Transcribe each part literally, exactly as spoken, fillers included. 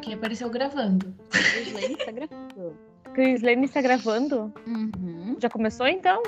aqui apareceu gravando. Crislane está gravando. Crislane está gravando? Uhum. Já começou, então?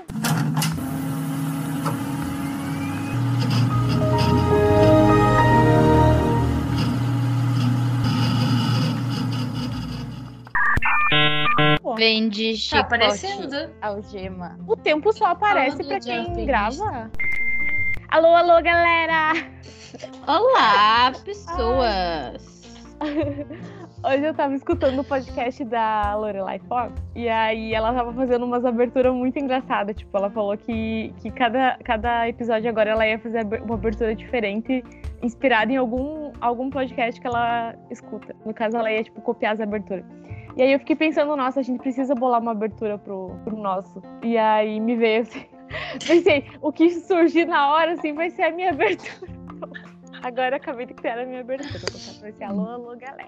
Vem de Tá chicote, aparecendo. algema. O tempo só aparece Falando pra de quem alpinista. grava. Alô, alô, galera! Olá, pessoas! Hoje eu tava escutando o podcast da Lorelai Fox e aí ela tava fazendo umas aberturas muito engraçadas. Tipo, ela falou que, que cada, cada episódio agora ela ia fazer uma abertura diferente, inspirada em algum, algum podcast que ela escuta. No caso, ela ia, tipo, copiar as aberturas. E aí eu fiquei pensando, nossa, a gente precisa bolar uma abertura pro, pro nosso. E aí me veio assim, pensei, o que surgir na hora, assim, vai ser a minha abertura. Agora eu acabei de criar a minha abertura. Vai ser alô, alô, galera.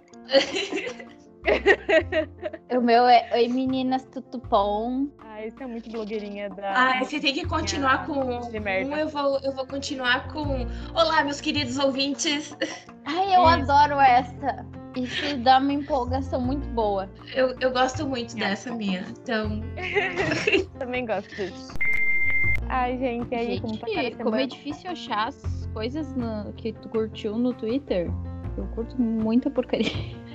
O meu é Oi, meninas, tutupom. Ah, isso é muito blogueirinha da... Ah, você tem que continuar com de merda. um, eu vou, eu vou continuar com olá, meus queridos ouvintes. Ai, eu Isso. adoro essa. Isso dá uma empolgação muito boa. Eu, eu gosto muito dessa minha. Então, Também gosto disso. Ai, gente, e aí, como passaram a Gente, como semana? é difícil achar as coisas no- que tu curtiu no Twitter. Eu curto muita porcaria.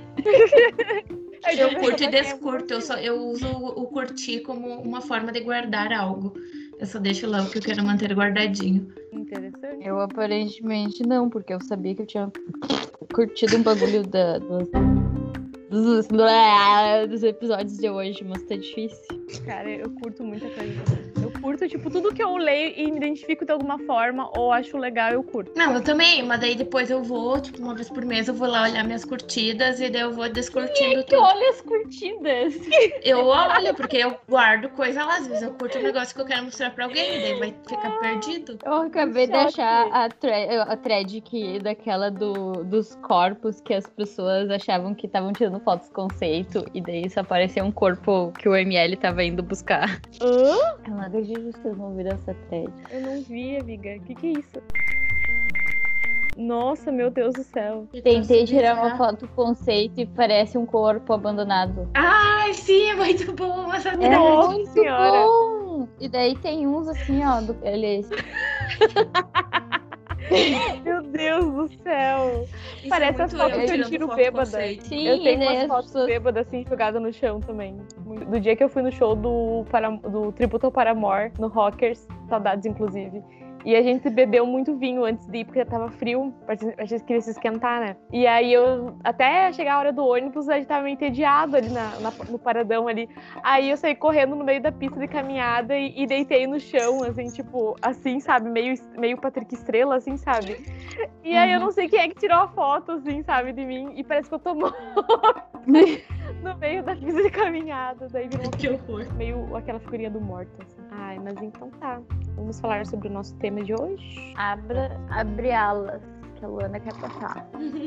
eu curto e descurto. Eu, só, eu uso o curtir como uma forma de guardar algo. Eu só deixo lá o que eu quero manter guardadinho. Interessante. Eu aparentemente não, porque eu sabia que eu tinha curtido um bagulho da, dos, dos, dos episódios de hoje, mas tá difícil. Cara, eu curto muita coisa. Eu curto, tipo, tudo que eu leio e me identifico de alguma forma ou acho legal, eu curto. Não, eu também, mas daí depois eu vou, tipo, uma vez por mês eu vou lá olhar minhas curtidas e daí eu vou descurtindo Que tudo. olha as curtidas. Eu olho, porque eu guardo coisa lá, às vezes eu curto um negócio que eu quero mostrar pra alguém, daí vai ficar perdido. Eu acabei de achar a, thre- a thread que, daquela do, dos corpos que as pessoas achavam que estavam tirando fotos conceito e daí só apareceu um corpo que o M L tava indo buscar. Hã? Eu não acredito que vocês não viram essa thread. Eu não vi, amiga. O que que é isso? Nossa, meu Deus do céu. Tentei tirar uma foto conceito e parece um corpo abandonado. Ai, sim, é muito bom essa É thread. Nossa muito senhora. bom! E daí tem uns assim, ó, do, eles... Meu Deus do céu. Isso Parece é as muito fotos eu que eu tirando tiro foto bêbada. conceito. Sim, Eu tenho e daí umas as fotos pessoas- bêbadas assim, jogadas no chão também. Do dia que eu fui no show do, para, do Tributo ao Paramore, no Rockers, saudades inclusive. E a gente bebeu muito vinho antes de ir, porque tava frio, a gente queria se esquentar, né? E aí eu, até chegar a hora do ônibus, a gente tava meio entediado ali na, na- no paradão ali. Aí eu saí correndo no meio da pista de caminhada e, e deitei no chão, assim, tipo, assim, sabe? Meio, meio Patrick Estrela, assim, sabe? E aí eu Uhum. não sei quem é que tirou a foto, assim, sabe, de mim. E parece que eu tô morta no meio da pista de caminhada. Daí virou uma Que horror. meio aquela figurinha do morto, assim. Ai, mas então tá. Vamos falar sobre o nosso tema de hoje. Abra, abre alas, que a Luana quer passar.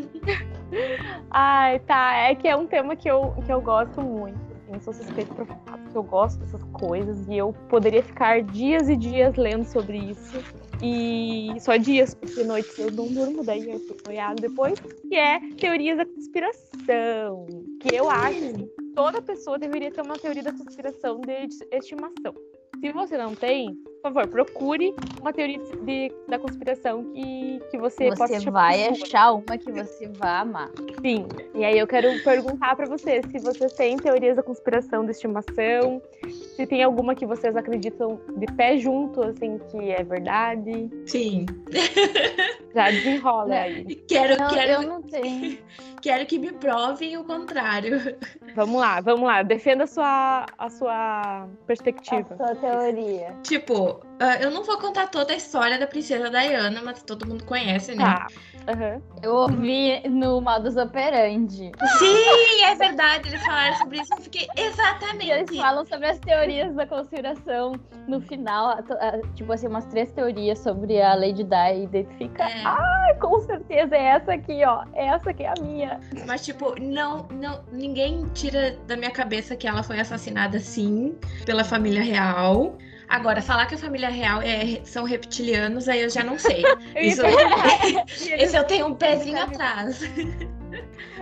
Ai, tá. É que é um tema que eu, que eu gosto muito. Assim, eu sou suspeita pra falar, porque eu gosto dessas coisas. E eu poderia ficar dias e dias lendo sobre isso. E só dias, porque noites eu não durmo, daí eu fico noiada depois. Que é teorias da conspiração. Que eu acho que toda pessoa deveria ter uma teoria da conspiração de estimação. Se você não tem, por favor, procure uma teoria de, da conspiração que, que você, possa Você chamar vai de sua. achar uma que você vai amar. Sim. E aí eu quero perguntar pra vocês se vocês têm teorias da conspiração de estimação, se tem alguma que vocês acreditam de pé junto, assim, que é verdade. Sim. Já desenrola aí. Quero, Não, quero, eu não tenho. quero que me provem o contrário. Vamos lá, vamos lá. Defenda a sua, a sua perspectiva. sua teoria. Tipo, ah, eu não vou contar toda a história da princesa Diana, mas todo mundo conhece, né? Tá. Aham. Eu ouvi no Modus Operandi. Sim, é verdade. Eles falaram sobre isso. Eu fiquei E eles exatamente. falam sobre as teorias da conspiração no final, a- a- tipo assim, umas três teorias sobre a Lady Di, e daí tu fica, É. ah, com certeza é essa aqui, ó, essa aqui é a minha. Mas, tipo, não, não, ninguém tira da minha cabeça que ela foi assassinada, sim, pela família real. Agora, falar que a família real é, são reptilianos, aí eu já não sei. Eu ia Isso, perguntar. esse eu tenho um pezinho atrás.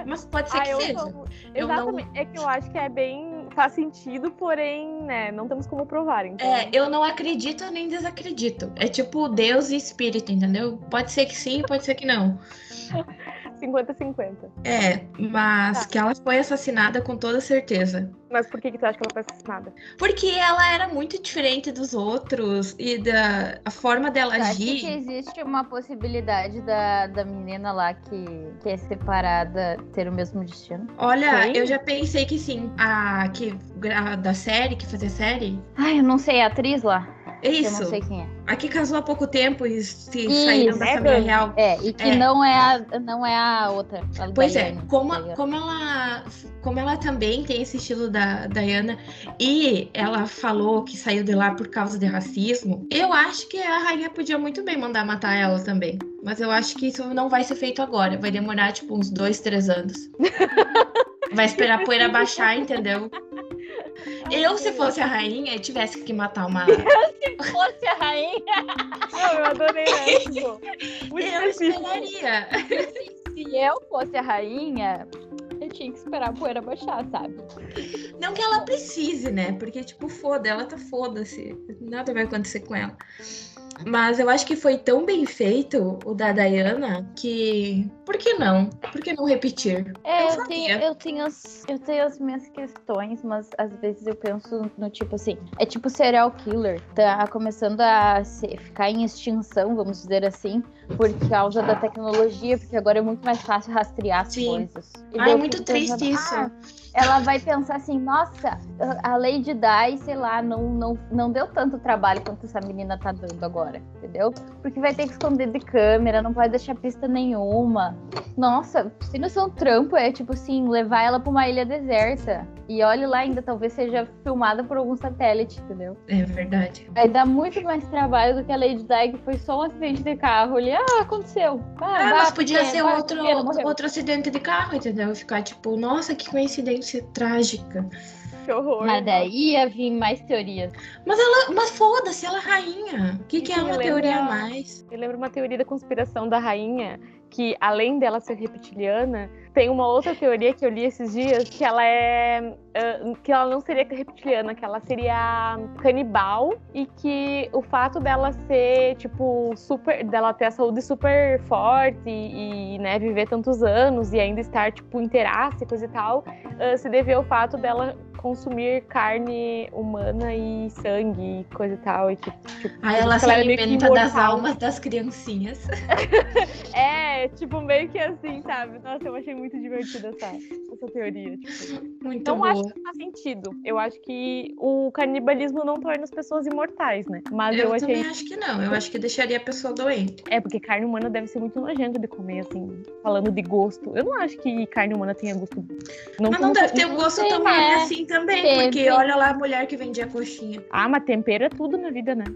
Mas pode ser Ah, que eu seja. tô- Eu Exatamente. não- É que eu acho que é bem. Faz sentido, porém, né? Não temos como provar. Então... É, eu não acredito nem desacredito. É tipo Deus e espírito, entendeu? Pode ser que sim, pode ser que não. cinquenta a cinquenta. É, mas Tá. que ela foi assassinada com toda certeza. Mas por que, que tu acha que ela foi assassinada? Porque ela era muito diferente dos outros e da a forma dela Eu acho agir. que existe uma possibilidade da, da menina lá que, que é separada ter o mesmo destino. Olha, Quem? eu já pensei que sim. A que a da série, que fazia série. Ai, eu não sei, a atriz lá. É Eu isso. não sei quem é. A que casou há pouco tempo e se Isso. saíram da família Megan. real. É, e que É. não, é a, não é a outra. A Pois é, Diane. como, Diane. como, ela, como ela também tem esse estilo da Diana e ela falou que saiu de lá por causa de racismo, eu acho que a rainha podia muito bem mandar matar ela também. Mas eu acho que isso não vai ser feito agora. Vai demorar tipo uns dois, três anos. Vai esperar a poeira baixar, entendeu? Eu, se fosse a rainha e tivesse que matar uma. Se fosse a rainha, Não, eu adorei, né? Tipo, muito Eu específico. esperaria. se eu fosse a rainha, eu tinha que esperar a poeira baixar, sabe? Não que ela precise, né? Porque, tipo, foda, ela tá foda-se. Nada vai acontecer com ela. Mas eu acho que foi tão bem feito o da Diana que. Por que não? Por que não repetir? É, Eu eu, faria. tenho, eu, tenho as, eu tenho as minhas questões, mas às vezes eu penso no tipo assim, é tipo serial killer, tá começando a se- ficar em extinção, vamos dizer assim, por causa da tecnologia, porque agora é muito mais fácil rastrear as Sim. coisas. E Ai, daí é eu muito fico triste pensando, isso. ah, ela vai pensar assim, nossa, a Lady Di, sei lá, não, não, não deu tanto trabalho quanto essa menina tá dando agora, entendeu? Porque vai ter que esconder de câmera, não pode deixar pista nenhuma. Nossa, se não são trampo, é tipo assim, levar ela pra uma ilha deserta. E olhe lá, ainda talvez seja filmada por algum satélite, entendeu? É verdade. Vai dar muito mais trabalho do que a Lady Di, que foi só um acidente de carro ali. Ah, aconteceu. Ah, Ah, vá, mas podia pequeno, ser vá, outro, pequeno, morreu. outro acidente de carro, entendeu? Ficar tipo, nossa, que coincidência trágica. Que horror. Mas daí ia vir mais teorias. Mas ela, mas foda-se, ela é rainha. O que, que Isso é me uma lembra- teoria a mais? Eu lembro uma teoria da conspiração da rainha, que além dela ser reptiliana, tem uma outra teoria que eu li esses dias, que ela é. Uh, que ela não seria reptiliana, que ela seria canibal, e que o fato dela ser, tipo, super. Dela ter a saúde super forte e, e, né, viver tantos anos e ainda estar, tipo, inteiraça e coisa e tal, uh, se deveu ao fato dela consumir carne humana e sangue e coisa e tal. E que, tipo, Aí por ela isso se que era meio que alimenta das imortal. almas das criancinhas. É, tipo, meio que assim, sabe? Nossa, eu achei muito divertida essa, essa teoria. Tipo, Muito não boa. acho que faz sentido. Eu acho que o canibalismo não torna as pessoas imortais, né? Mas eu, Eu achei. também acho que não. Eu acho que deixaria a pessoa doente. É, porque carne humana deve ser muito nojento de comer, assim, falando de gosto. Eu não acho que carne humana tenha gosto. Não Mas não como- deve ter um gosto sei, tão ruim né? assim também. Teve. Porque olha lá a mulher que vendia coxinha. Ah, mas tempero é tudo na vida, né?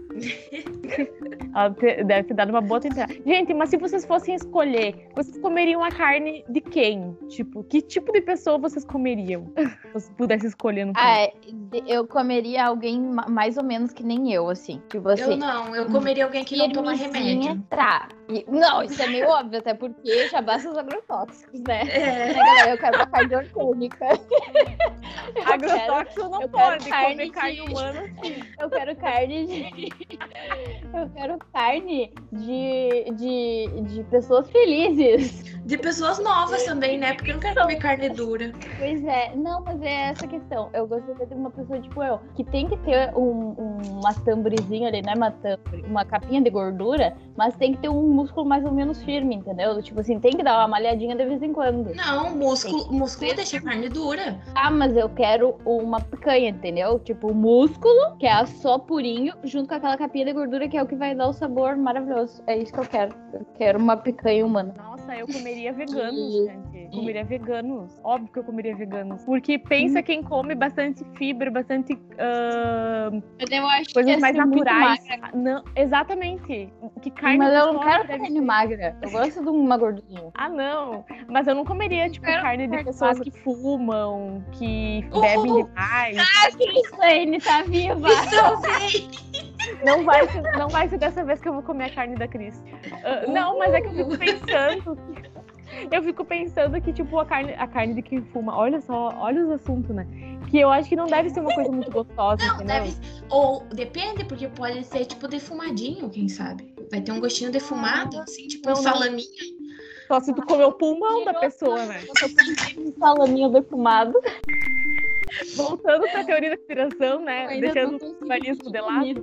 Ela te- deve ter dado uma boa temperada. Gente, mas se vocês fossem escolher, vocês comeriam a carne de quem? Tipo, que tipo de pessoa vocês comeriam? Se vocês pudessem escolher no Ah, é, de- eu comeria alguém ma- mais ou menos que nem eu, assim. Tipo assim. Eu não, eu comeria alguém que não toma firmezinha, remédio. Tá. E- não, isso é meio óbvio, até porque já basta os agrotóxicos, né? É. Né, galera? Eu quero uma carne orgânica. Eu quero, Agrotóxico não eu quero pode carne comer de- carne humana. eu quero carne de. Eu quero carne de, de, de pessoas felizes. De pessoas novas também, né? Porque eu não quero comer carne dura. Pois é, não, mas é essa a questão. Eu gostaria de uma pessoa tipo eu, que tem que ter um, um, uma tambrezinha ali, não é uma tambre, uma capinha de gordura, mas tem que ter um músculo mais ou menos firme, entendeu? Tipo assim, tem que dar uma malhadinha de vez em quando. Não, músculo, músculo deixa a carne dura. Ah, mas eu quero uma picanha, entendeu? Tipo, músculo, que é só purinho, junto com aquela capinha de gordura, que é o que vai dar o sabor maravilhoso. É isso que eu quero. Eu quero uma picanha humana. Nossa, eu comeria veganos, E- gente. Eu comeria veganos. Óbvio que eu comeria veganos. Porque pensa quem come bastante fibra, bastante ah, Mas eu acho coisas que mais ia ser muito naturais. magra. Não, exatamente. Que carne Mas eu não gostosa quero deve carne ser. magra. Eu gosto de uma gordurinha. Ah, não. Mas eu não comeria, tipo, quero carne de carne pessoas magra. que fumam, que Uhul. bebem demais. A Crislane tá viva! Salvei! Não vai, ser, não vai ser dessa vez que eu vou comer a carne da Cris. Ah, não, mas é que eu fico pensando. eu fico pensando que, tipo, a carne, a carne de quem fuma, olha só, olha os assuntos, né? Que eu acho que não deve ser uma coisa muito gostosa, Não, entendeu? deve... Ou depende, porque pode ser, tipo, defumadinho, quem sabe? Vai ter um gostinho defumado, assim, tipo Não, um não. salaminho. Só se tu comer o pulmão da pessoa, né? Um salaminho defumado. Voltando pra teoria da conspiração, né? Ainda Deixando não o consegui canibalismo de lado.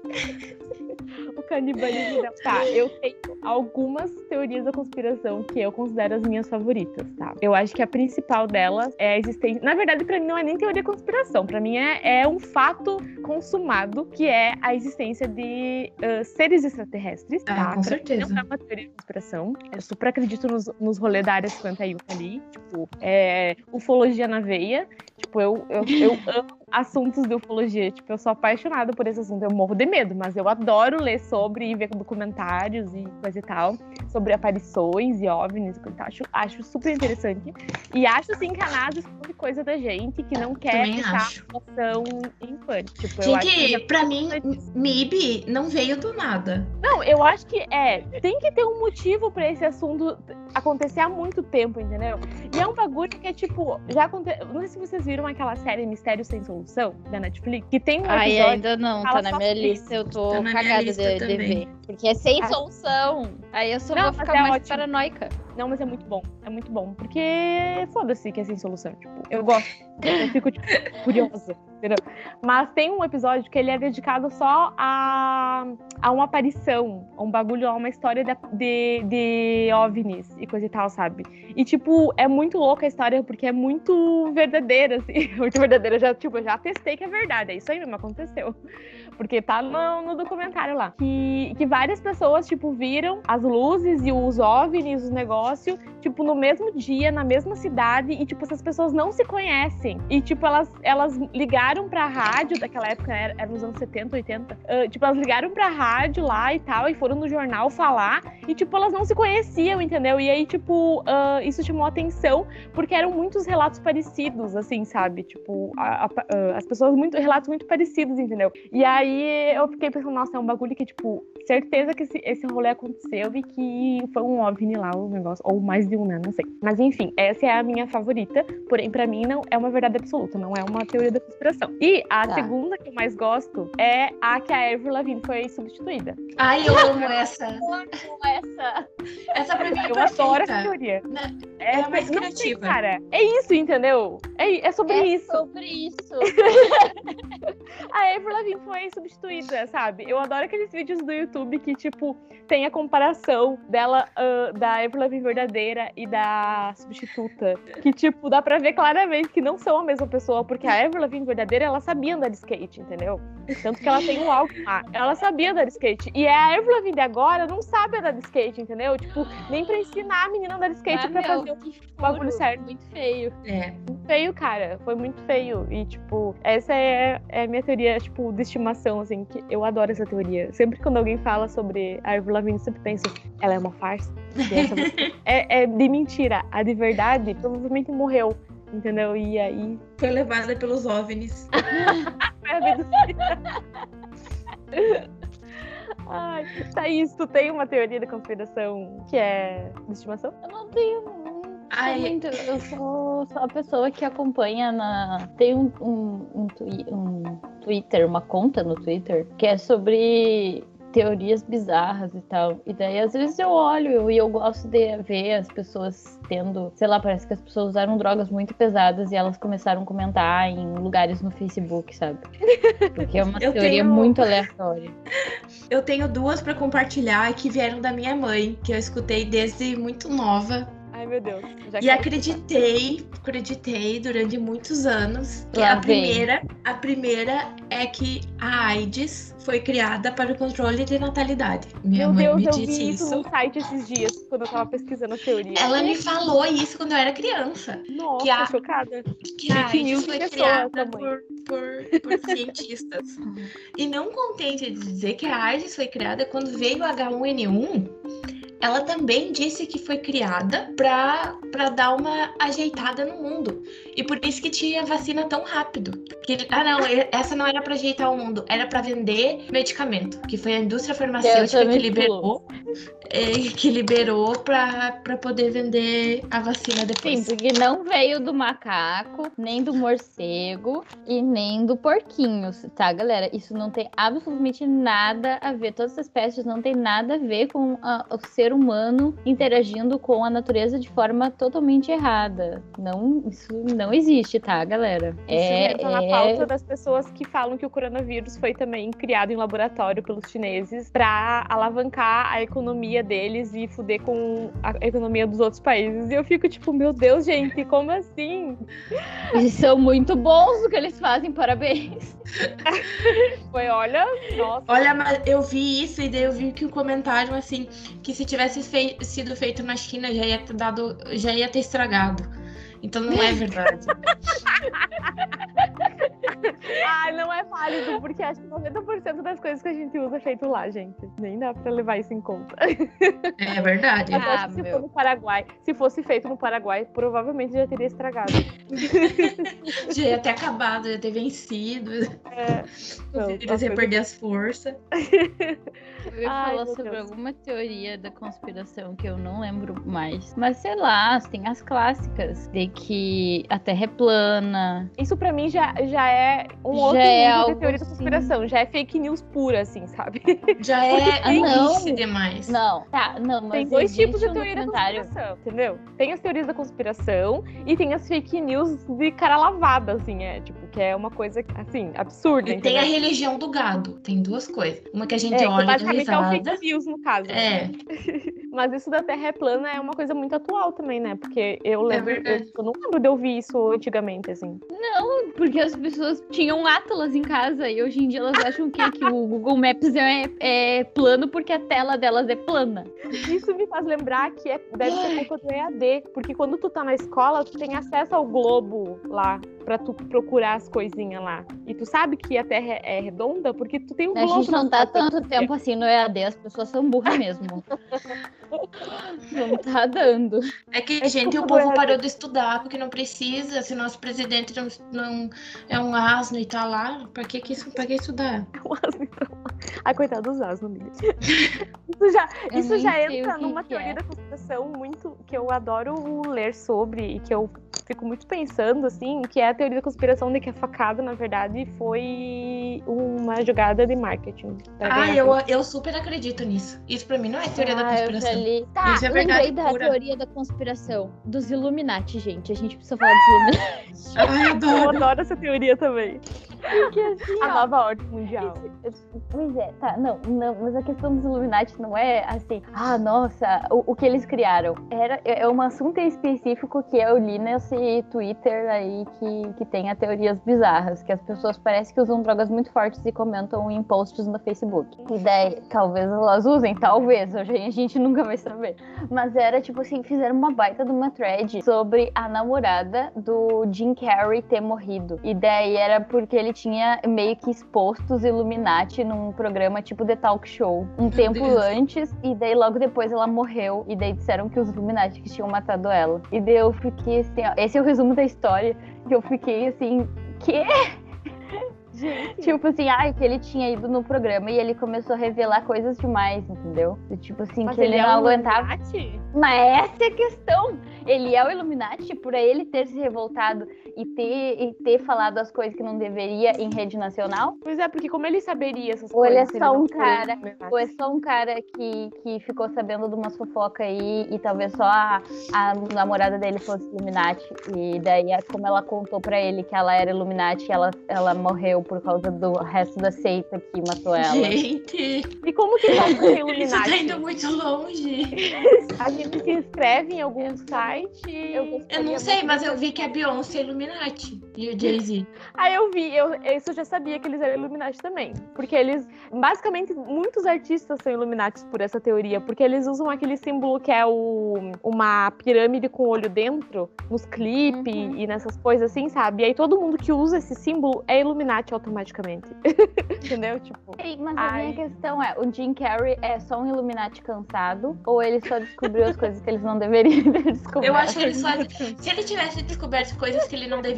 O canibalismo de lado. Tá, eu tenho algumas teorias da conspiração que eu considero as minhas favoritas, tá? Eu acho que a principal delas é a existência... Na verdade, pra mim, não é nem teoria da conspiração. Pra mim, é, é um fato consumado, que é a existência de uh, seres extraterrestres, tá? Ah, com Pra certeza. mim, não é uma teoria de conspiração. Eu super acredito nos, nos rolês da área cinquenta e um ali. Tipo, é, ufologia na veia. Tipo, eu, eu, eu amo assuntos de ufologia. Tipo, eu sou apaixonada por esse assunto. Eu morro de medo, mas eu adoro ler sobre e ver documentários e coisa e tal. Sobre aparições e OVNIs e coisa e tal. Acho, acho super interessante. E acho, assim, que a NASA esconde coisa da gente que não quer Também deixar acho. a população em pânico. Tipo, eu acho Gente, que... pra mim, M I B não veio do nada. Não, eu acho que é. Tem que ter um motivo pra esse assunto acontecer há muito tempo, entendeu? E é um bagulho que é tipo. Já aconte... Não sei se vocês viram aquela série Mistério Sem Solução da Netflix, que tem um episódio. Ai, ainda não, fala tá na só minha sobre lista. Eu tô Tá na minha cagada lista de, de também. ver. Porque é sem Ah. solução. Aí eu só Não, vou mas ficar é mais ótimo. paranoica. Não, mas é muito bom. É muito bom. Porque foda-se que é sem solução. Tipo, eu gosto. Eu fico, tipo, curiosa. Entendeu? Mas tem um episódio que ele é dedicado só a, a uma aparição, a um bagulho, a uma história de, de, de OVNIs e coisa e tal, sabe? E, tipo, é muito louca a história porque é muito verdadeira, assim. Muito verdadeira. Eu já, tipo, eu já testei que é verdade. É isso aí mesmo, aconteceu. Porque tá no, no documentário lá. Que, que várias pessoas, tipo, viram as luzes e os OVNIs, os negócios, tipo, no mesmo dia, na mesma cidade. E, tipo, essas pessoas não se conhecem. E, tipo, elas, elas ligaram pra rádio, daquela época, era, era nos anos setenta, oitenta. Uh, tipo, elas ligaram pra rádio lá e tal, e foram no jornal falar. E, tipo, elas não se conheciam, entendeu? E aí, tipo, uh, isso chamou atenção, porque eram muitos relatos parecidos, assim, sabe? Tipo, a, a, uh, as pessoas, muito, relatos muito parecidos, entendeu? E aí eu fiquei pensando, nossa, é um bagulho que, tipo, certeza que esse, esse rolê aconteceu e que foi um OVNI lá, o negócio, ou mais de um, né? Não sei. Mas enfim, essa é a minha favorita, porém, pra mim, não é uma verdade absoluta, não é uma teoria da conspiração. E a Tá. segunda que eu mais gosto é a que a Avril Lavigne foi substituída. Ai, eu amo essa. Essa. Essa pra mim é Eu adoro essa perfeita. teoria. Na- É, ela é mais não sei, criativa. cara. É isso, entendeu? É, é sobre É isso. sobre isso. A Avril Lavigne foi substituída, sabe? Eu adoro aqueles vídeos do YouTube que, tipo, tem a comparação dela, uh, da Avril Lavigne verdadeira e da substituta. Que, tipo, dá pra ver claramente que não são a mesma pessoa, porque a Avril Lavigne verdadeira, ela sabia andar de skate, entendeu? Tanto que ela tem um álbum lá. Ela sabia andar de skate. E a Avril Lavigne de agora não sabe andar de skate, entendeu? Tipo, nem pra ensinar a menina a andar de skate Ah, pra meu, fazer que o bagulho furo. certo. Muito feio. É. Muito feio, cara. Foi muito feio. E, tipo, essa é, é a minha teoria, tipo, de estimação, assim, que eu adoro essa teoria. Sempre quando alguém fala sobre a Avril Lavigne, eu sempre penso, ela é uma farsa. E essa é, é de mentira. A de verdade provavelmente morreu, entendeu? E aí... Foi levada pelos OVNIs. foi a vida. Ai, Thaís, tu tem uma teoria da conspiração que é de estimação? Eu não tenho. Não sou Ai. muito, eu sou só a pessoa que acompanha na. Tem um, um, um, twi- um Twitter, uma conta no Twitter, que é sobre teorias bizarras e tal. E daí, às vezes, eu olho e eu gosto de ver as pessoas tendo, sei lá, parece que as pessoas usaram drogas muito pesadas e elas começaram a comentar em lugares no Facebook, sabe? Porque é uma Eu teoria tenho- muito aleatória. Eu tenho duas pra compartilhar que vieram da minha mãe, que eu escutei desde muito nova. Ai, meu Deus. Já E quero acreditei, acreditei durante muitos anos. Que Lá a vem. primeira, a primeira é que a AIDS foi criada para o controle de natalidade. Minha Meu mãe Deus, me eu disse vi isso isso. num site esses dias, quando eu tava pesquisando a teoria. Ela me falou isso quando eu era criança. Nossa, que a- chocada. Que a Fake news AIDS em foi pessoa, criada sua mãe. por, por, por cientistas. E não contente de dizer que a AIDS foi criada, quando veio o agá um ene um, ela também disse que foi criada para para dar uma ajeitada no mundo. E por isso que tinha vacina tão rápido. Que, ah, não, essa não era para ajeitar o mundo, era para vender medicamento. Que foi a indústria farmacêutica que também liberou. é, que liberou pra, pra poder vender a vacina depois. Sim, porque não veio do macaco, nem do morcego e nem do porquinho, tá, galera? Isso não tem absolutamente nada a ver. Todas essas pestes não tem nada a ver com a, o ser humano interagindo com a natureza de forma totalmente errada. Não, isso não existe, tá, galera? Isso É, entra na é... pauta das pessoas que falam que o coronavírus foi também criado em laboratório pelos chineses pra alavancar a economia deles e fuder com a economia dos outros países. E eu fico tipo, meu Deus, gente, como assim? Eles são muito bons no que eles fazem, parabéns. Foi, olha, nossa. Olha, mas eu vi isso e daí eu vi que o comentário, assim, que se tivesse fei- sido feito na China já ia ter dado, já ia ter estragado. Então não é verdade. Ai, não é válido, porque acho que noventa por cento das coisas que a gente usa é feito lá, gente. Nem dá pra levar isso em conta. É verdade. Ah, Eu acho que se meu. for no Paraguai, se fosse feito no Paraguai, provavelmente já teria estragado. Já ia ter acabado, já ia ter vencido. É, não, Os vírus ia perder as forças. Eu ia Ai, falar meu sobre Deus. alguma teoria da conspiração que eu não lembro mais. Mas sei lá, tem as clássicas de que a Terra é plana. Isso pra mim já, já é um Já outro é nível algo de teoria da assim. conspiração. Já é fake news pura, assim, sabe? Já é Ah, não. burrice demais. Não, tá, não, mas Tem dois existe tipos de um teoria da documentário. conspiração, entendeu? Tem as teorias da conspiração e tem as fake news de cara lavada, assim, é, tipo, que é uma coisa, assim, absurda, E tem a entendeu? religião do gado. Tem duas coisas. Uma que a gente É, que olha e dá basicamente é o risada. fake news, no caso. né? É, Mas isso da Terra é plana é uma coisa muito atual também, né? Porque eu lembro, eu, verdade. eu não lembro de ouvir isso antigamente, assim. Porque as pessoas tinham Atlas em casa e hoje em dia elas acham que, que o Google Maps é, é plano porque a tela delas é plana. Isso me faz lembrar que é, deve ser culpa do E A D, porque quando tu tá na escola, tu tem acesso ao globo lá, pra tu procurar as coisinhas lá. E tu sabe que a Terra é é redonda porque tu tem um A globo gente na não tá escola. tanto tempo assim no E A D, as pessoas são burras mesmo. Não tá dando. é que, É gente, o culpa do povo E A D. parou de estudar porque não precisa. Se nosso presidente não, não é um asno e tá lá, pra que, que, isso, pra que estudar? O asno, então. Ai, coitado dos asnos, amiga. Isso já, Eu isso nem já sei entra o que numa que teoria é. da conspiração muito que eu adoro ler sobre e que eu fico muito pensando, assim, que é a teoria da conspiração de que a facada, na verdade, foi uma jogada de marketing. pra Ah, ganhar eu, dinheiro. eu super acredito nisso. Isso pra mim não é teoria da Ah, eu já conspiração. li. Tá, Isso é lembrei verdade da pura. teoria da conspiração. Dos Illuminati, gente. A gente precisa falar dos Illuminati. Ai, Eu adoro. adoro essa teoria também. Porque assim, A ó, nova ordem mundial. Pois é, tá, não, não, mas a questão dos Illuminati não é assim, ah, nossa, o, o que eles criaram. Era, é um assunto específico que eu li nesse Twitter aí que, que tem a teorias bizarras, que as pessoas parecem que usam drogas muito fortes e comentam em posts no Facebook. E daí, talvez elas usem, talvez, a gente, a gente nunca vai saber. Mas era tipo assim, fizeram uma baita de uma thread sobre a namorada do Jim Carrey ter morrido. E daí era porque ele tinha meio que exposto os Illuminati num programa tipo The Talk Show um Meu tempo Deus. antes, e daí logo depois ela morreu, e daí disseram que os Illuminati que tinham matado ela. E daí eu fiquei assim, ó, esse é o resumo da história, que eu fiquei assim, que? Gente, Tipo assim, ai, que ele tinha ido no programa e ele começou a revelar coisas demais, entendeu? E, tipo assim, mas que ele, ele é não um aguentava. Illuminati? Mas essa é a questão. Ele é o Illuminati por ele ter se revoltado e ter, e ter falado as coisas que não deveria em rede nacional? Pois é, porque como ele saberia essas Ou ele é coisas? se só não um for cara, Illuminati? ou é só um cara que, que ficou sabendo de umas fofocas aí e talvez só a, a namorada dele fosse Illuminati. E daí, como ela contou pra ele que ela era Illuminati, ela, ela morreu por causa do resto da seita que matou ela. Gente, E como que pode ser isso Illuminati? tá indo muito longe. A gente se inscreve em algum site. Eu não sei, mas eu vi que a Beyoncé é Illuminati e o Jay-Z. Ah, eu vi, eu, isso eu já sabia que eles eram Illuminati também. Porque eles, basicamente, muitos artistas são Illuminati por essa teoria, porque eles usam aquele símbolo que é o, uma pirâmide com olho dentro, nos clipes Uhum. e nessas coisas assim, sabe? E aí todo mundo que usa esse símbolo é Illuminati automaticamente. Entendeu? Tipo, Sim, mas a Ai. minha questão é, o Jim Carrey é só um Illuminati cansado ou ele só descobriu as coisas que eles não deveriam ter descoberto? Eu acho que ele só. Se ele tivesse descoberto coisas que ele não deveria,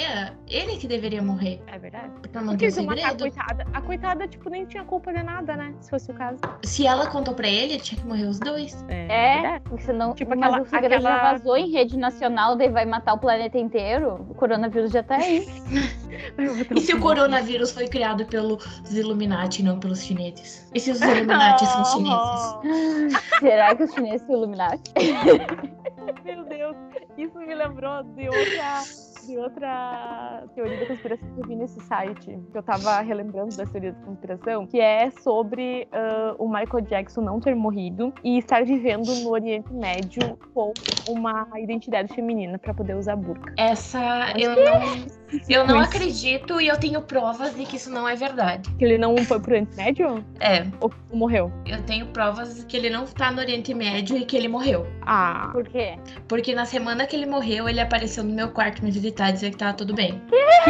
teoria, ele que deveria morrer. É verdade. Pra Porque manter o eles iam matar a segredo. coitada. A coitada, tipo, nem tinha culpa de nada, né? Se fosse o caso. Se ela contou pra ele, tinha que morrer os dois. É, verdade. porque senão. Tipo Mas aquela- o segredo aquela- já vazou em rede nacional, daí vai matar o planeta inteiro. O coronavírus já tá aí. E se o coronavírus foi criado pelos Illuminati, não pelos chineses? E se os Illuminati são chineses? Será que os chineses são Illuminati? Meu Deus, isso me lembrou de outra, de outra teoria da conspiração que eu vi nesse site, que eu tava relembrando da teoria da conspiração, que é sobre uh, o Michael Jackson não ter morrido e estar vivendo no Oriente Médio com uma identidade feminina pra poder usar burca. Essa eu não. Eu não Isso. acredito e eu tenho provas de que isso não é verdade. Que ele não foi pro Oriente Médio? É, Ou morreu? eu tenho provas que ele não tá no Oriente Médio e que ele morreu. Ah, Por quê? Porque na semana que ele morreu, ele apareceu no meu quarto me visitar e dizer que tava tudo bem.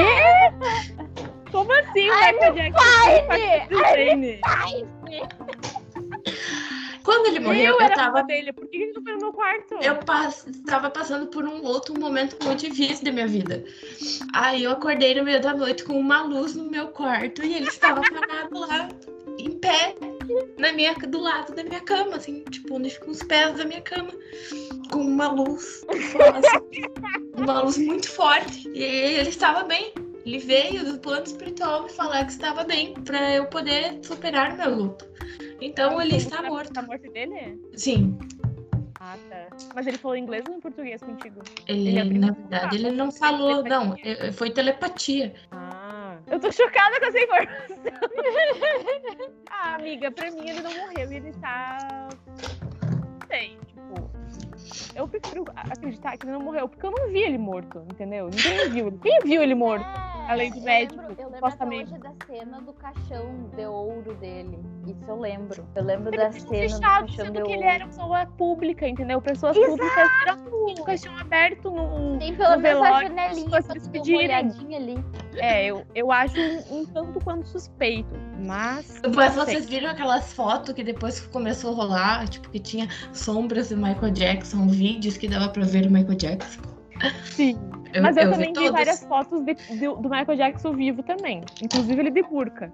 como assim, Michael Jackson? Fine! Fine! Quando ele morreu, Eu eu era tava. fã dele, por que ele não foi no meu quarto? Eu pass- tava passando por um outro momento muito difícil da minha vida. Aí eu acordei no meio da noite com uma luz no meu quarto e ele estava parado lá, em pé, na minha, do lado da minha cama, assim, tipo, nos, com os pés da minha cama, com uma luz, assim, uma luz muito forte. E ele estava bem. Ele veio do plano espiritual me falar que estava bem, pra eu poder superar o meu luto. Então ele está morto. A morte dele? Sim. Ah, tá. Mas ele falou inglês ou em português contigo? Ele, Ele aprendeu na a verdade, falar, ele não mas foi falou, não, telepatia. é- foi telepatia. Ah, eu tô chocada com essa informação. Ah, amiga, pra mim ele não morreu e ele tá... Não sei, tipo... Eu prefiro acreditar que ele não morreu, porque eu não vi ele morto, entendeu? Ninguém viu ele. Quem viu ele morto? Além do eu médico, lembro, eu lembro até supostamente. hoje da cena do caixão de ouro dele. Isso eu lembro. Eu lembro Ele da ficou cena do fechado, caixão de sendo que ouro. ele era uma pessoa pública, entendeu? Pessoas Exato! públicas viram o caixão aberto no... Tem pelo no menos a velório, janelinha as pra pessoas tu dar uma pedirem. olhadinha ali. É, eu, eu acho um, um tanto quanto suspeito, mas... Mas não sei. vocês viram aquelas fotos que depois que começou a rolar, tipo, que tinha sombras do Michael Jackson, vídeos que dava pra ver o Michael Jackson? Sim. Eu, Mas eu, eu também vi, todos. várias fotos de- de- do Michael Jackson vivo também. Inclusive ele de burca.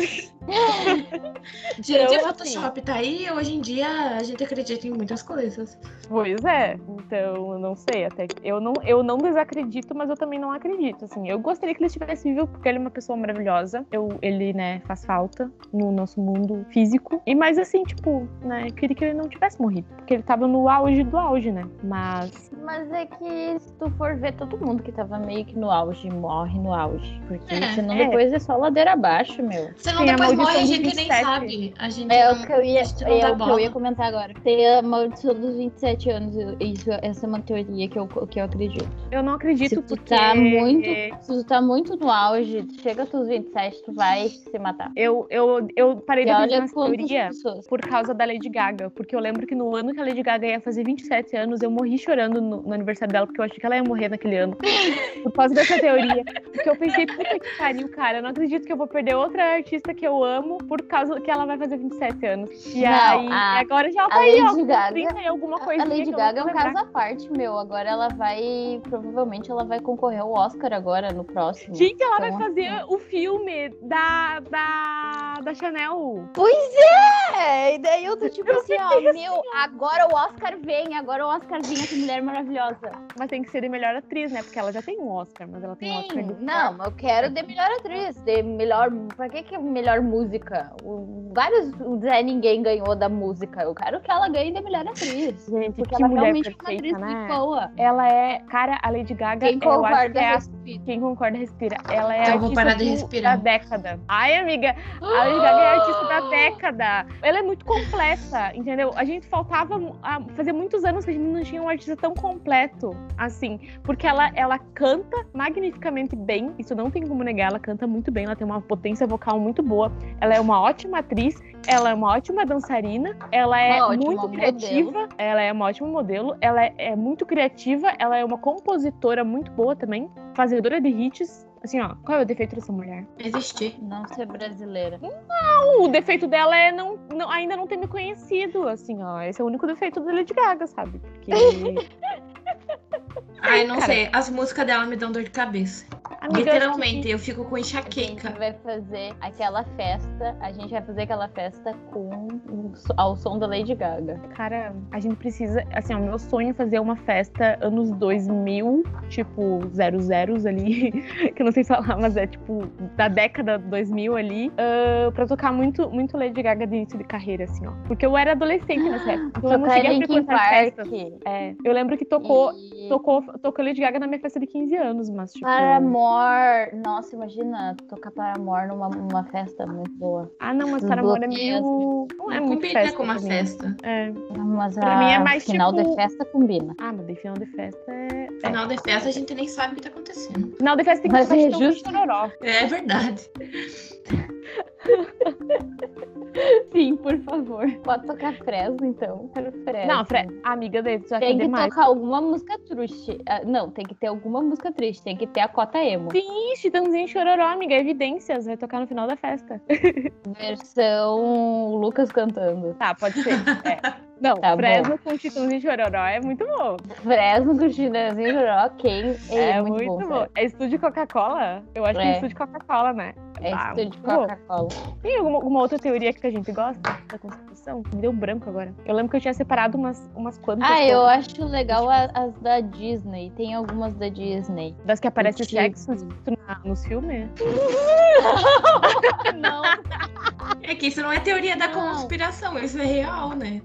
Gente, Então, o Photoshop tá aí, hoje em dia a gente acredita em muitas coisas. Pois é. Então, eu não sei. Até que- eu, não, eu não desacredito, mas eu também não acredito. Assim, eu gostaria que ele estivesse vivo, porque ele é uma pessoa maravilhosa. Eu, ele, né, faz falta no nosso mundo físico. E mais assim, tipo, né, eu queria que ele não tivesse morrido. Porque ele tava no auge do auge, né? Mas. Mas é que se tu for ver, todo mundo que tava meio que no auge morre no auge. Porque É, senão é. depois é só ladeira abaixo, meu. Senão Tem a depois morre, a maldição gente dos nem vinte e sete. sabe. A gente É não, o que eu ia, a gente não é dá o que eu bola. ia comentar agora. Tem a maldição dos vinte e sete anos. eu- Isso, essa é uma teoria que eu, que eu acredito. Eu não acredito Se tu porque. tá muito, se tu tá muito no auge, chega aos teus vinte e sete, tu vai se matar. Eu, eu, eu parei E de acreditar olha nessa quantas teoria pessoas. por causa da Lady Gaga. Porque eu lembro que no ano que a Lady Gaga ia fazer vinte e sete anos, eu morri chorando no, no aniversário dela, porque eu achei que ela ia morrer naquele ano. Por causa dessa teoria. Porque eu pensei, puta que pariu, cara. Eu não acredito que eu vou perder outra artista que eu amo por causa que ela vai fazer vinte e sete anos. E Não, aí, a- agora já tá a aí, ó. Lady com Gaga- trinta e alguma A coisa. Lady Gaga é um caso à parte, meu. Agora ela vai. Provavelmente ela vai concorrer ao Oscar agora, no próximo. Gente, ela Então, vai fazer o filme da, da, da Chanel. É, e daí eu tô tipo assim, ó, meu, agora o Oscar vem, agora o Oscar vem essa mulher maravilhosa. Mas tem que ser de melhor atriz, né? Porque ela já tem um Oscar, mas ela tem um Oscar Sim, de não, eu quero de melhor atriz, de melhor. Pra que que é melhor música? O- vários o Zé Ninguém ganhou da música. Eu quero que ela ganhe de melhor atriz. Gente, Porque que ela mulher realmente é uma perfeita, atriz né? muito boa. Ela é, cara, a Lady Gaga, Quem eu acho que concorda, é a respeita. Quem concorda, respira. Ela é Então a eu vou artista parar de do- respirar. da década. Ai, amiga, a Lady Gaga é a artista da década. Ela é muito completa, entendeu? A gente faltava... a- Fazia muitos anos que a gente não tinha um artista tão completo, assim. Porque ela, ela canta magnificamente bem. Isso não tem como negar. Ela canta muito bem. Ela tem uma potência vocal muito boa. Ela é uma ótima atriz. Ela é uma ótima dançarina. Ela é Uma ótima muito modelo. criativa. Ela é uma ótima modelo. Ela é, é muito criativa. Ela é uma compositora muito boa também. Fazedora de hits. Assim, ó, qual é o defeito dessa mulher? Existir. Não ser brasileira. O defeito dela é não, não- ainda não ter me conhecido, assim, ó. Esse é o único defeito da Lady Gaga, sabe? Porque... Ai, não cara. sei. As músicas dela me dão dor de cabeça. Amiga, Literalmente, que... eu fico com A gente enxaqueca. vai fazer aquela festa, a gente vai fazer aquela festa com ao som da Lady Gaga. Cara, a gente precisa... Assim, o meu sonho é fazer uma festa anos dois mil, tipo, zero zeros ali, que eu não sei falar, mas é tipo, da década dois mil ali, uh, pra tocar muito, muito Lady Gaga de início de carreira, assim, ó. Porque eu era adolescente nessa época, então eu não Tocar cheguei a Linkin frequentar Park. festas. É, eu lembro que tocou, E... tocou, tocou Lady Gaga na minha festa de quinze anos, mas tipo... Paramore. Nossa, imagina tocar Paramore numa, numa festa muito boa. Ah, não, mas Os Paramore é bloqueios. meio... Não é Não muito combina festa com uma pra mim. festa. É. Mas Pra a mim é mais, final tipo- de festa combina. Ah, mas daí final de festa é... é. Final de festa, a gente nem sabe o que tá acontecendo. Final de festa tem que Mas tocar é Chitãozinho e justo. Chororó. É verdade. Sim, por favor. Pode tocar Fresno, então. Quero Fresno. Não, Fred, amiga dele, já Tem quer que demais. tocar alguma música triste. Ah, não, tem que ter alguma música triste. Tem que ter a cota emo. Sim, Chitãozinho e Chororó, amiga, evidências, vai tocar no final da festa. Versão Lucas cantando. Tá, pode ser. É. Não, Tá Fresno com Chitãozinho e Chororó é muito bom. Fresno com Chitãozinho e Chororó, quem? É, É, muito, muito, bom. bom. É estúdio Coca-Cola? Eu acho que é É. estúdio Coca-Cola, né? É Ah, estúdio muito bom. Coca-Cola. Tem alguma, alguma outra teoria que a gente gosta da conspiração? Me deu branco agora. Eu lembro que eu tinha separado umas, umas quantas. Ah, eu coisas. acho legal a- as da Disney. Tem algumas da Disney. Das que aparece Tipo- sexo na- nos filmes? Não, É que isso não é teoria da Não. conspiração, isso é real, né?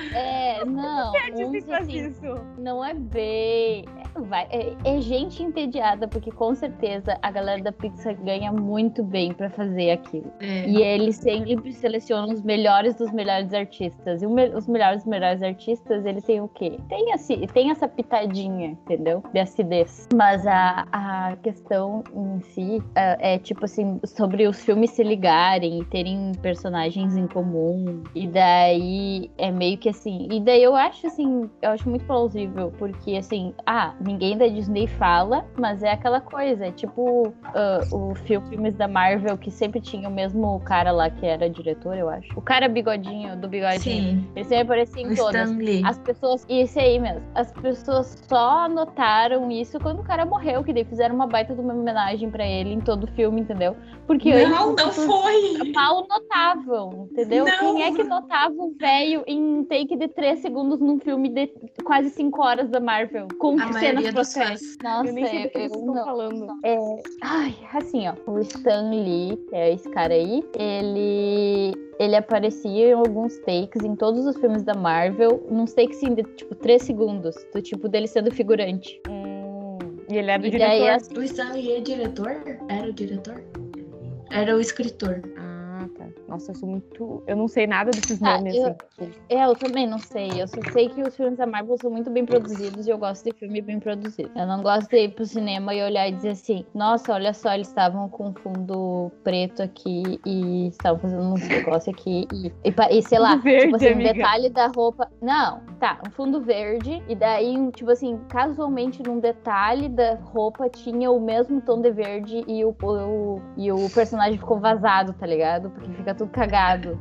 é, não. É difícil uns, fazer assim, isso. não é bem. É, vai, é, é gente entediada, porque com certeza a galera da Pixar ganha muito bem pra fazer aquilo. É. E eles sempre selecionam os melhores dos melhores artistas. E o me- os melhores dos melhores artistas, ele tem o quê? Tem, esse, tem essa pitadinha, entendeu? De acidez. Mas a, a questão em si é, é tipo assim, sobre os filmes se ligarem e terem personagens em comum. E daí é meio que assim. E daí eu acho assim, eu acho muito plausível, porque assim, ah, ninguém da Disney fala, mas é aquela coisa, é tipo ah, o filmes da Marvel que sempre tinha o mesmo cara lá que era diretor, eu acho. O cara bigodinho, do bigodinho. Sim, Ele sempre aparecia o em todas. Stan Lee. As pessoas, isso aí mesmo, as pessoas só notaram isso quando o cara morreu, que daí fizeram uma baita de uma homenagem pra ele em todo o filme, entendeu? Porque antes Não, as não pessoas foi! mal notavam, entendeu? Não. Quem é que notava o velho em um take de três segundos num filme de quase cinco horas da Marvel, com A cenas maioria dos processuais? fãs. Nossa, Eu nem sei do que eu, vocês eu estão não. falando. É, ai, assim, ó, o Stan Lee, que é esse cara aí, ele, ele aparecia em alguns takes em todos os filmes da Marvel, nos takes assim, de tipo três segundos, do tipo dele sendo figurante. Hum, e ele era o E daí, diretor. assim, O Stan Lee é diretor? Era o diretor? Era o escritor. Ah, tá. Nossa, eu sou muito... Eu não sei nada desses Tá, nomes, eu- assim. É, eu também não sei. Eu só sei que os filmes da Marvel são muito bem produzidos e eu gosto de filme bem produzido. Eu não gosto de ir pro cinema e olhar e dizer assim, nossa, olha só, eles estavam com fundo preto aqui e estavam fazendo um negócio aqui e, e, pa- e sei lá, Verde, tipo assim, um amiga. detalhe da roupa. Não, tá, um fundo verde e daí, um, tipo assim, casualmente num detalhe da roupa tinha o mesmo tom de verde e o, o, e o personagem ficou vazado, tá ligado? Porque fica tudo cagado.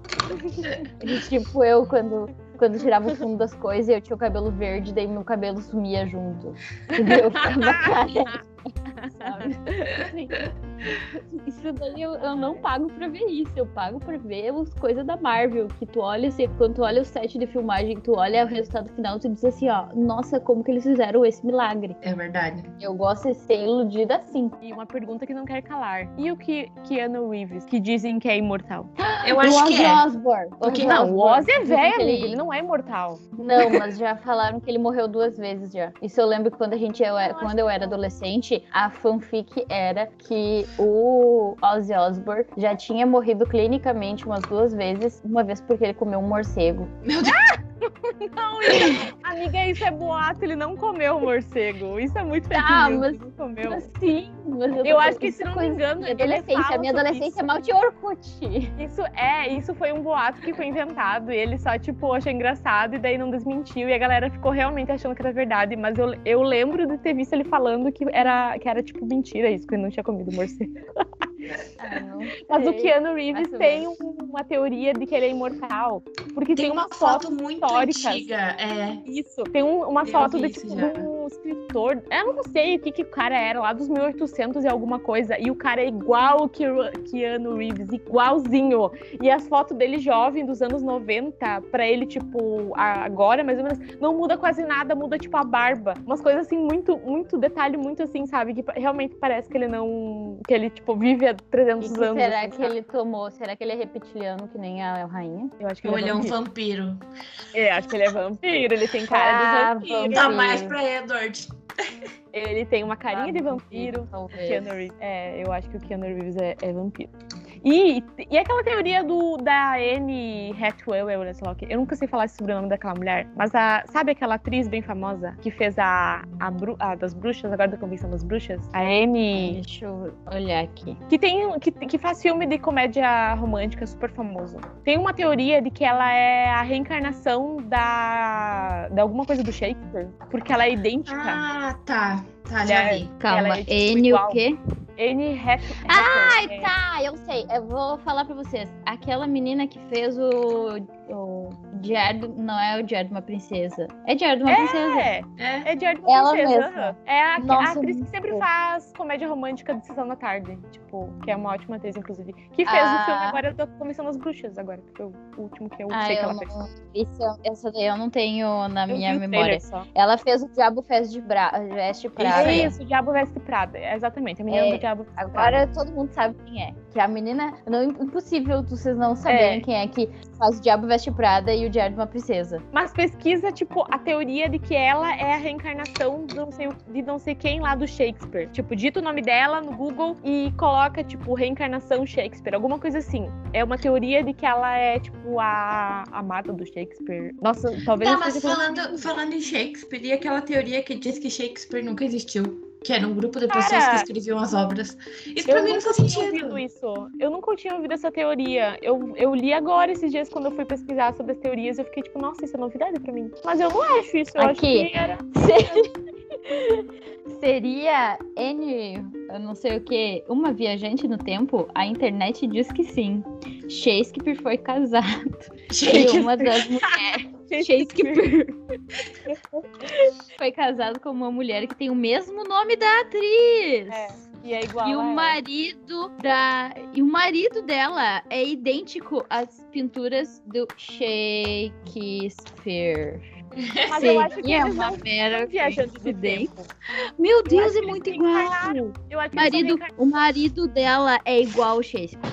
E, tipo, eu, quando, quando tirava o fundo das coisas e eu tinha o cabelo verde, daí meu cabelo sumia junto. Entendeu? Eu ficava careca, sabe? Assim, isso daí eu, eu não pago pra ver isso. Eu pago pra ver as coisas da Marvel. Que tu olha assim, quando tu olha o set de filmagem, tu olha o resultado final, tu diz assim, ó, nossa, como que eles fizeram esse milagre? É verdade. Eu gosto de ser iludida assim. E uma pergunta que não quer calar. E o que Keanu Reeves, que dizem que é imortal? Eu O acho que Ozzy é. Osbourne. Porque- Ozzy Não, o Ozzy é Dizem velho, que amigo. Ele não é imortal. Não, mas já falaram que ele morreu duas vezes já. Isso eu lembro que quando a gente eu, era- quando eu era adolescente, a fanfic era que o Ozzy Osbourne já tinha morrido clinicamente umas duas vezes, uma vez porque ele comeu um morcego. Meu Deus, Não, isso... Amiga, isso é boato. Ele não comeu o morcego. Isso é muito fake Ah, news, mas- ele não comeu. Mas sim, mas eu, tô Eu acho falando que, isso se é não me coisa engano, da ele minha adolescência. fala A minha sobre adolescência isso. é mal de Orkut. Isso é, isso foi um boato que foi inventado e ele só, tipo, achou engraçado e daí não desmentiu e a galera ficou realmente achando que era verdade, mas eu, eu lembro de ter visto ele falando que era, que era tipo, mentira isso, que ele não tinha comido morcego. Ah, não Mas o sei. Keanu Reeves mais ou tem um- uma teoria de que ele é imortal, porque tem, tem uma foto muito históricas. antiga. É. Isso, tem um- uma Eu foto vi de, isso tipo, já. de um escritor, eu não sei o que, que o cara era, lá dos mil e oitocentos, oitocentos e alguma coisa, e o cara é igual o Keanu Reeves, igualzinho. E as fotos dele jovem, dos anos noventa, pra ele, tipo, agora, mais ou menos, não muda quase nada, muda, tipo, a barba. Umas coisas, assim, muito, muito detalhe, muito assim, sabe? Que realmente parece que ele não... que ele, tipo, vive há trezentos E anos. será assim, que sabe? ele tomou? Será que ele é reptiliano, que nem a rainha? Eu acho que Ou ele ele é é um vampiro. vampiro. É, acho que ele é vampiro, ele tem cara Ah, de vampiro. vampiro. Tá mais pra Edward. Ele tem uma carinha Ah, de vampiro, vampiro. talvez. Keanu Reeves. É, eu acho que o Keanu Reeves é, é vampiro. E, e aquela teoria do, da Anne Hathaway, sei lá o quê. Eu nunca sei falar esse sobrenome daquela mulher, mas a, sabe aquela atriz bem famosa que fez a, a, bru, a das bruxas, agora da Convenção das Bruxas? A Anne... Deixa eu olhar aqui. Que, tem, que, que faz filme de comédia romântica super famoso. Tem uma teoria de que ela é a reencarnação da, de alguma coisa do Shakespeare, porque ela é idêntica. Ah, tá. Tá, já Ela é- vi. Calma, ela é, tipo, N o igual. quê? Anne Hathaway. Ai, tá, eu sei. Eu vou falar pra vocês. Aquela menina que fez o, o Diário... Não é o Diário de uma Princesa. É Diário de uma Princesa. É, É. é Diário de uma Ela Princesa. mesma. aham. É a, a Nossa, atriz que muito sempre boa. faz comédia romântica de Sessão da Tarde. Tipo, que é uma ótima atriz, inclusive. Que fez Ah. o filme agora da Comissão das Bruxas, agora. Que foi o último que eu Ah, sei que eu ela fez. não... Isso, essa daí eu não tenho na Eu minha vi o memória. trailer só. Ela fez o Diabo Veste de Bra... Veste Prada. aí. É isso, o Diabo Veste Prada. É exatamente, a menina É, do Diabo Veste Agora todo mundo sabe quem é. Que a menina... Não, impossível vocês não saberem É. quem é que faz o Diabo Veste Prada e o Diário de uma Princesa. Mas pesquisa, tipo, a teoria de que ela é a reencarnação de não sei, de não sei quem lá do Shakespeare. Tipo, dita o nome dela no Google e coloca, tipo, reencarnação Shakespeare. Alguma coisa assim. É uma teoria de que ela é, tipo, a amada do Shakespeare. Nossa, talvez... Tá, eu mas esteja falando, falando em Shakespeare, e aquela teoria que diz que Shakespeare nunca existiu? Que era um grupo de pessoas Cara, que escreviam as obras. Isso pra Eu mim não nunca faz tinha sentido. ouvido isso. Eu nunca tinha ouvido essa teoria. Eu, eu li agora esses dias quando eu fui pesquisar sobre as teorias. Eu fiquei tipo, nossa, isso é novidade pra mim. Mas eu não acho isso. Eu acho Aqui. que era. Seria N, eu não sei o que, uma viajante no tempo? A internet diz que sim. Shakespeare foi casado. E uma das mulheres. Shakespeare foi casado com uma mulher que tem o mesmo nome da atriz. É, e é igual. E o a ela. marido da. E o marido dela é idêntico às pinturas do Shakespeare. Mas eu acho que Seria eles uma não mera são viajantes do coincidência. tempo. Meu Eu Deus, acho é que muito eles igual. reencarnaram. Eu acho que eles Marido, são o marido dela é igual ao Shakespeare.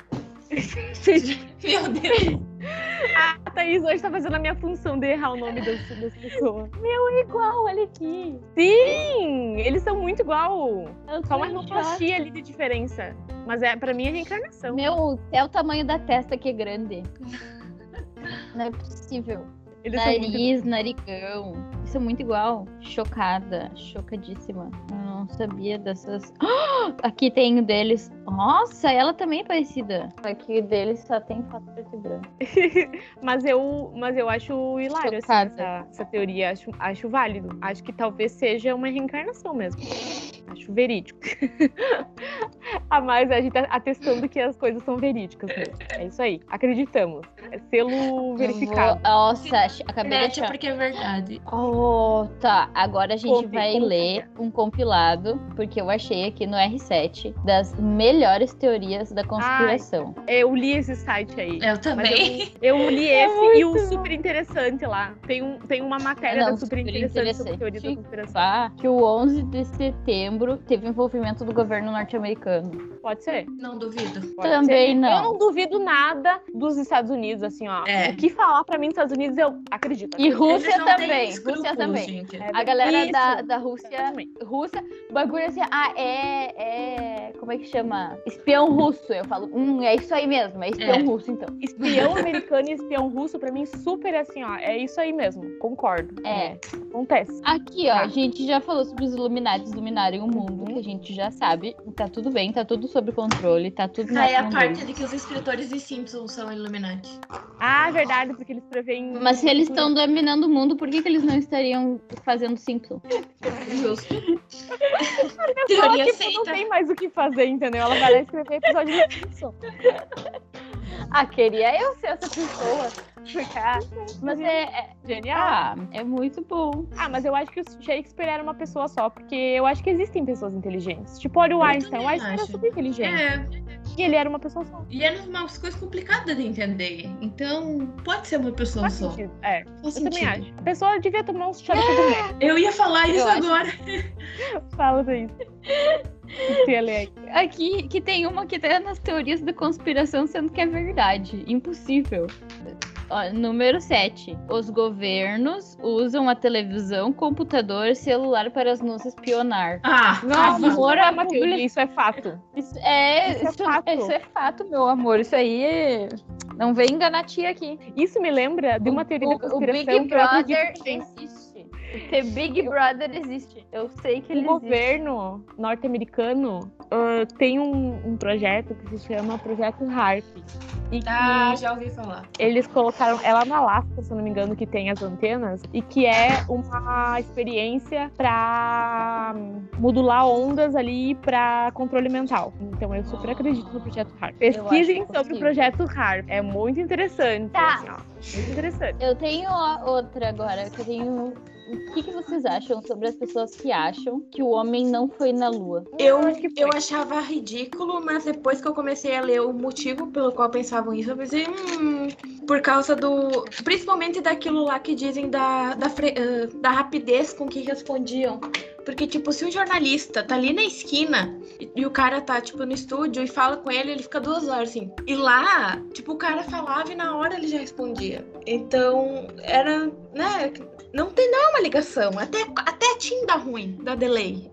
Meu Deus. A Thaís hoje tá fazendo a minha função de errar o nome das, das pessoas. Meu, é igual, olha aqui. Sim! Eles são muito igual. Eu Só tô uma em choque. rinoplastia ali de diferença. Mas é, pra mim é reencarnação. Meu, é o tamanho da testa que é grande. Não é possível. Eles são muito Nariz, narigão. Isso é muito igual. Chocada, chocadíssima. Eu não sabia dessas. Ah, aqui tem o deles. Nossa, ela também é parecida. Aqui o deles só tem foto preto e branco. mas, eu, mas eu acho hilário assim, Chocada. essa, essa teoria. Acho, acho válido. Acho que talvez seja uma reencarnação mesmo. Acho verídico. A mais a gente tá atestando que as coisas são verídicas mesmo. É isso aí. Acreditamos. É selo verificado. Eu vou- Nossa, acabei de Internet é achar. porque é verdade. Oh, tá. Agora a gente Conte, vai conte. ler um compilado, porque eu achei aqui no R sete, das melhores teorias da conspiração. Eu li esse site aí. Eu Mas também. eu, eu li É esse muito e o super interessante lá. Tem, um, tem uma matéria Não, da super super interessante sobre interessante. teoria da conspiração. Tá? Que o onze de setembro teve envolvimento do governo norte-americano. Pode ser. Não duvido. Pode Também ser. não. Eu não duvido nada dos Estados Unidos, assim, ó. É. O que falar pra mim dos Estados Unidos, eu acredito. E Rússia Eles não têm também. escrúpulos, Rússia também. gente. É, A galera isso. da, da Rússia, Exatamente. Rússia, o bagulho assim, ah, é, é, como é que chama? Espião russo. Eu falo, hum, é isso aí mesmo, é espião É. russo, então. Espião americano e espião russo, pra mim, super assim, ó. É isso aí mesmo. Concordo. É. Acontece. Aqui, ó, Tá. a gente já falou sobre os Illuminati dominarem o mundo, que a gente já sabe. Tá tudo bem, tá tudo sob controle, tá tudo na Aí a mão parte deles. de que os escritores de Simpsons são Illuminati. Ah, verdade, porque eles preveem. Mas se eles estão dominando o mundo, por que, que eles não estariam fazendo Simpson? Justo. Só, Teoria tipo, não aceita. tem mais o que fazer, entendeu? Ela vai lá escrever episódio de Simpson. Ah, queria eu ser essa pessoa. Porque, ah, mas é, é genial. Ah, é muito bom. Ah, mas eu acho que o Shakespeare era uma pessoa só, porque eu acho que existem pessoas inteligentes. Tipo, olha o Einstein. O Einstein era super inteligente. É. E ele era uma pessoa só. E eram umas coisas complicadas de entender. Então, pode ser uma pessoa Faz só. sentido. É, Faz eu sentido. também acho. A pessoa devia tomar uns chá de cogumelo. Eu ia falar isso Eu acho. agora. Fala daí. O que ia ler aqui? Aqui que tem uma que tá nas teorias da conspiração, sendo que é verdade. Impossível. Ó, número sete. Os governos usam a televisão, computador, celular para nos espionar. Ah, Não, ah, isso não é uma publi- teoria, isso é fato. Isso é, Isso é isso, fato. isso é fato, meu amor. Isso aí é... Não vem enganar a tia aqui. Isso me lembra de uma teoria o, da o conspiração Big que eu acredito Brother que tem. existe. O Big Brother existe. Eu sei que O ele governo norte-americano uh, tem um, um projeto que se chama Projeto HARP. E que Ah, já ouvi falar. eles colocaram ela na Alasca, se eu não me engano, que tem as antenas, e que é uma experiência para modular ondas ali para controle mental. Então eu super acredito no Projeto HARP. Pesquisem acho sobre o possível. Projeto HARP. É muito interessante. Tá. Assim, ó. Muito interessante. Eu tenho ó, outra agora, que eu tenho... O que, que vocês acham sobre as pessoas que acham que o homem não foi na Lua? Eu, acho que foi. eu achava ridículo, mas depois que eu comecei a ler o motivo pelo qual pensavam isso, eu pensei, hum, por causa do... Principalmente daquilo lá que dizem da, da, fre, uh, da rapidez com que respondiam. Porque, tipo, se um jornalista tá ali na esquina e, e o cara tá, tipo, no estúdio e fala com ele, ele fica duas horas, assim. E lá, tipo, o cara falava e na hora ele já respondia. Então, era, né... Não tem não uma ligação. Até, até a Tim dá ruim, dá delay.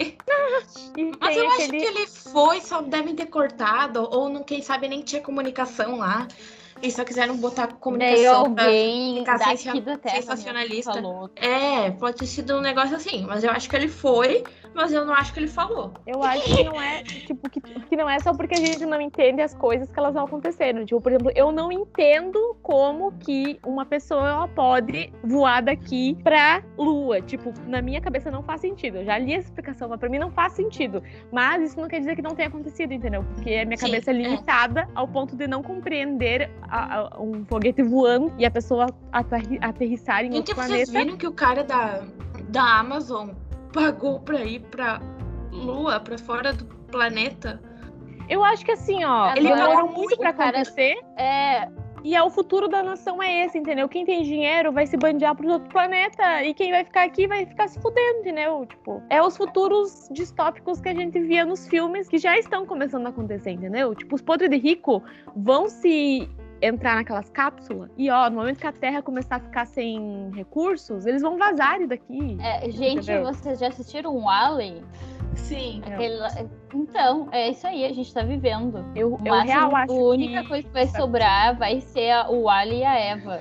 E Mas tem eu acho aquele- que ele foi, só devem ter cortado, ou não, quem sabe nem tinha comunicação lá. E só quiseram botar Daí comunicação pra alguém ficar daqui sensa- da Terra sensacionalista. falou. É, pode ter sido um negócio assim, mas eu acho que ele foi, mas eu não acho que ele falou. Eu acho que não é, tipo, que, que não é só porque a gente não entende as coisas que elas não aconteceram. Tipo, por exemplo, eu não entendo como que uma pessoa ela pode voar daqui pra Lua. Tipo, na minha cabeça não faz sentido. Eu já li essa explicação, mas pra mim não faz sentido. Mas isso não quer dizer que não tenha acontecido, entendeu? Porque a minha Sim, cabeça é limitada ao ponto de não compreender a- a- um foguete voando e a pessoa aterri- aterrissar em Gente, outro vocês planeta. viram que o cara da, da Amazon pagou pra ir pra Lua, pra fora do planeta? Eu acho que assim, ó, Ele demorou pagou muito pra o cara- acontecer. É, E é o futuro da nação é esse, entendeu? Quem tem dinheiro vai se bandear pro outro planeta e quem vai ficar aqui vai ficar se fudendo, entendeu? Tipo, é os futuros distópicos que a gente via nos filmes que já estão começando a acontecer, entendeu? Tipo, os podres de rico vão se entrar naquelas cápsulas e, ó, no momento que a Terra começar a ficar sem recursos, eles vão vazar daqui. é, gente, Entendeu? vocês já assistiram o Wall-E? Sim. Aquele lá- Então, é isso aí, a gente tá vivendo. Eu, O eu máximo, real acho a única que... coisa que vai sobrar vai ser a- o Wall-E e a Eva.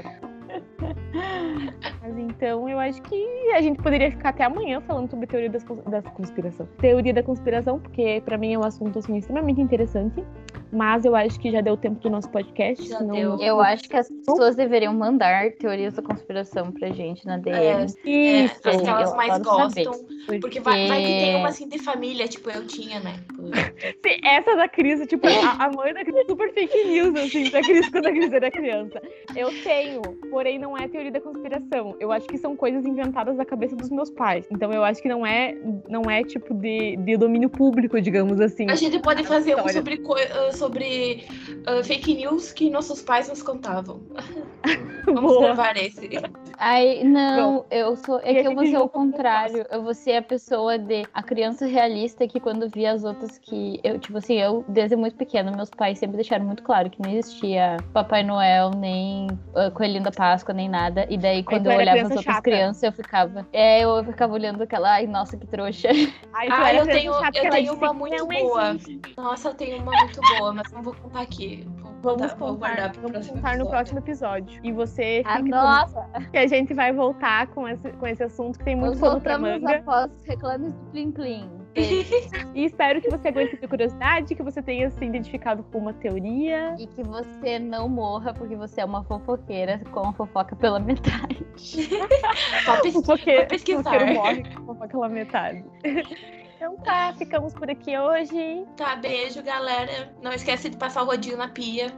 Mas então eu acho que a gente poderia ficar até amanhã falando sobre teoria das, cons- da conspiração. Teoria da conspiração, porque pra mim é um assunto assim, extremamente interessante. Mas eu acho que já deu tempo do nosso podcast. Já senão deu. nosso- Eu acho que as pessoas deveriam mandar teorias da conspiração pra gente na D M. É, Isso. as que elas eu mais adoro saber. gostam. Porque vai, vai que tem uma assim de família, tipo, eu tinha, né? Sim, essa da Cris, tipo, a, a mãe da Cris é super fake news, assim, da Cris quando a Cris era criança. Eu tenho, porém não é teoria da conspiração. Eu acho que são coisas inventadas da cabeça dos meus pais. Então eu acho que não é, não é tipo de, de domínio público, digamos assim. A gente pode fazer um História. sobre, co- ah, sobre ah, fake news que nossos pais nos contavam. Vamos Boa. gravar esse. Ai, não, eu sou. É E que a eu vou gente ser o junta com o contrário. Eu vou ser a pessoa de. A criança realista que quando via as outras que. Eu, tipo assim, eu, desde muito pequena, meus pais sempre deixaram muito claro que não existia Papai Noel, nem uh, Coelhinho da Páscoa, nem nada. E daí, quando tu eu era olhava as criança outras chata. crianças, eu ficava. É, eu ficava olhando aquela. Ai, nossa, que trouxa. Ai, tu Ah, era eu criança tenho, chata, eu ela tenho disse uma que muito não boa. existe. Nossa, eu tenho uma muito boa, mas não vou contar aqui. Vou, Vamos contar, vou contar, guardar pro vamos próximo contar no episódio. próximo episódio. E você Ah, fique nossa! que a gente vai voltar com esse, com esse assunto que tem muito Nós pano pra voltamos manga. após reclames do Plim Plim. E espero que você aguente ter curiosidade, que você tenha se identificado com uma teoria. E que você não morra porque você é uma fofoqueira com a fofoca pela metade. Só pesqui- Porque Vou pesquisar. o fofoqueiro morre com aquela metade. Então tá, ficamos por aqui hoje. Tá, beijo, galera. Não esquece de passar o rodinho na pia.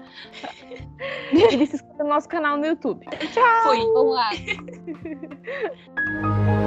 E se inscreva no nosso canal no YouTube. Tchau! Fui. Vamos lá.